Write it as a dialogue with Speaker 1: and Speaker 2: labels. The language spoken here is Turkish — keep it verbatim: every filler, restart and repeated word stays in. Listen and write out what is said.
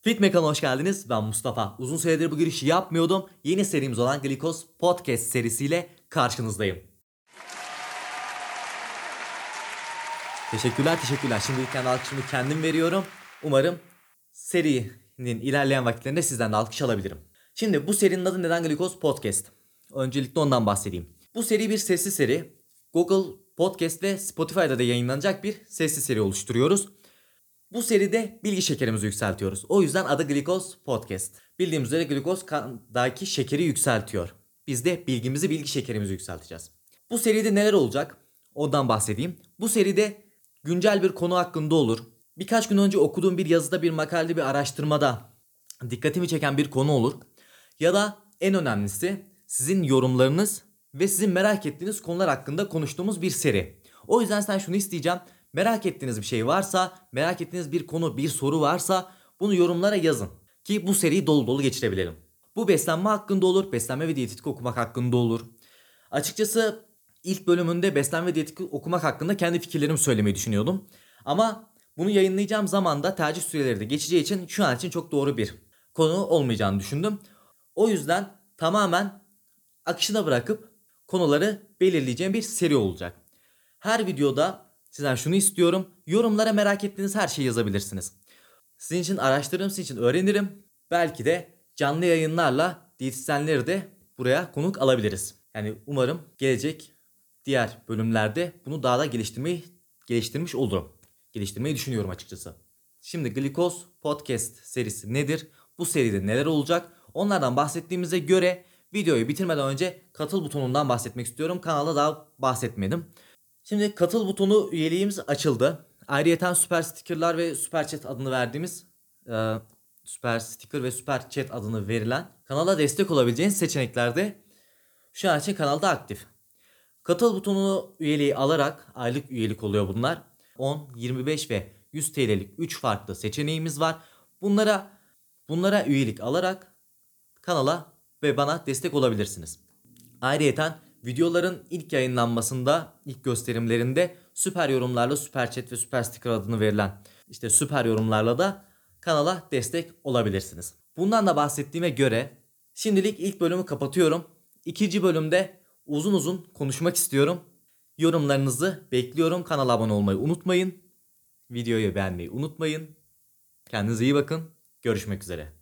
Speaker 1: Fitmekan'a hoş geldiniz. Ben Mustafa. Uzun süredir bu girişi yapmıyordum. Yeni serimiz olan Glikoz Podcast serisiyle karşınızdayım. Teşekkürler, teşekkürler. Şimdilik kendi alkışımı kendim veriyorum. Umarım serinin ilerleyen vakitlerinde sizden de alkış alabilirim. Şimdi bu serinin adı neden Glikoz Podcast? Öncelikle ondan bahsedeyim. Bu seri bir sesli seri. Google Podcast ve Spotify'da da yayınlanacak bir sesli seri oluşturuyoruz. Bu seride bilgi şekerimizi yükseltiyoruz. O yüzden adı Glikoz Podcast. Bildiğimiz üzere glikoz kandaki şekeri yükseltiyor. Biz de bilgimizi, bilgi şekerimizi yükselteceğiz. Bu seride neler olacak? Ondan bahsedeyim. Bu seride güncel bir konu hakkında olur. Birkaç gün önce okuduğum bir yazıda, bir makalede, bir araştırmada dikkatimi çeken bir konu olur. Ya da en önemlisi sizin yorumlarınız ve sizin merak ettiğiniz konular hakkında konuştuğumuz bir seri. O yüzden sen şunu isteyeceğim. Merak ettiğiniz bir şey varsa, merak ettiğiniz bir konu, bir soru varsa bunu yorumlara yazın. Ki bu seriyi dolu dolu geçirebilelim. Bu beslenme hakkında olur, beslenme ve diyetetik okumak hakkında olur. Açıkçası ilk bölümünde beslenme ve diyetetik okumak hakkında kendi fikirlerimi söylemeyi düşünüyordum. Ama bunu yayınlayacağım zaman da tercih süreleri de geçeceği için şu an için çok doğru bir konu olmayacağını düşündüm. O yüzden tamamen akışına bırakıp konuları belirleyeceğim bir seri olacak. Her videoda sizden şunu istiyorum. Yorumlara merak ettiğiniz her şeyi yazabilirsiniz. Sizin için araştırırım, sizin için öğrenirim. Belki de canlı yayınlarla diyetisyenleri de buraya konuk alabiliriz. Yani umarım gelecek diğer bölümlerde bunu daha da geliştirmeyi geliştirmiş olurum. Geliştirmeyi düşünüyorum açıkçası. Şimdi Glikoz Podcast serisi nedir? Bu seride neler olacak? Onlardan bahsettiğimize göre videoyu bitirmeden önce katıl butonundan bahsetmek istiyorum. Kanalda daha bahsetmedim. Şimdi katıl butonu üyeliğimiz açıldı. Ayrıyeten süper stickerlar ve süper chat adını verdiğimiz e, süper sticker ve süper chat adını verilen kanala destek olabileceğiniz seçenekler de şu an için kanalda aktif. Katıl butonunu üyeliği alarak aylık üyelik oluyor bunlar. on, yirmi beş ve yüz T L'lik üç farklı seçeneğimiz var. Bunlara bunlara üyelik alarak kanala ve bana destek olabilirsiniz. Ayrıyeten videoların ilk yayınlanmasında, ilk gösterimlerinde süper yorumlarla, süper chat ve süper sticker adını verilen işte süper yorumlarla da kanala destek olabilirsiniz. Bundan da bahsettiğime göre şimdilik ilk bölümü kapatıyorum. İkinci bölümde uzun uzun konuşmak istiyorum. Yorumlarınızı bekliyorum. Kanala abone olmayı unutmayın. Videoyu beğenmeyi unutmayın. Kendinize iyi bakın. Görüşmek üzere.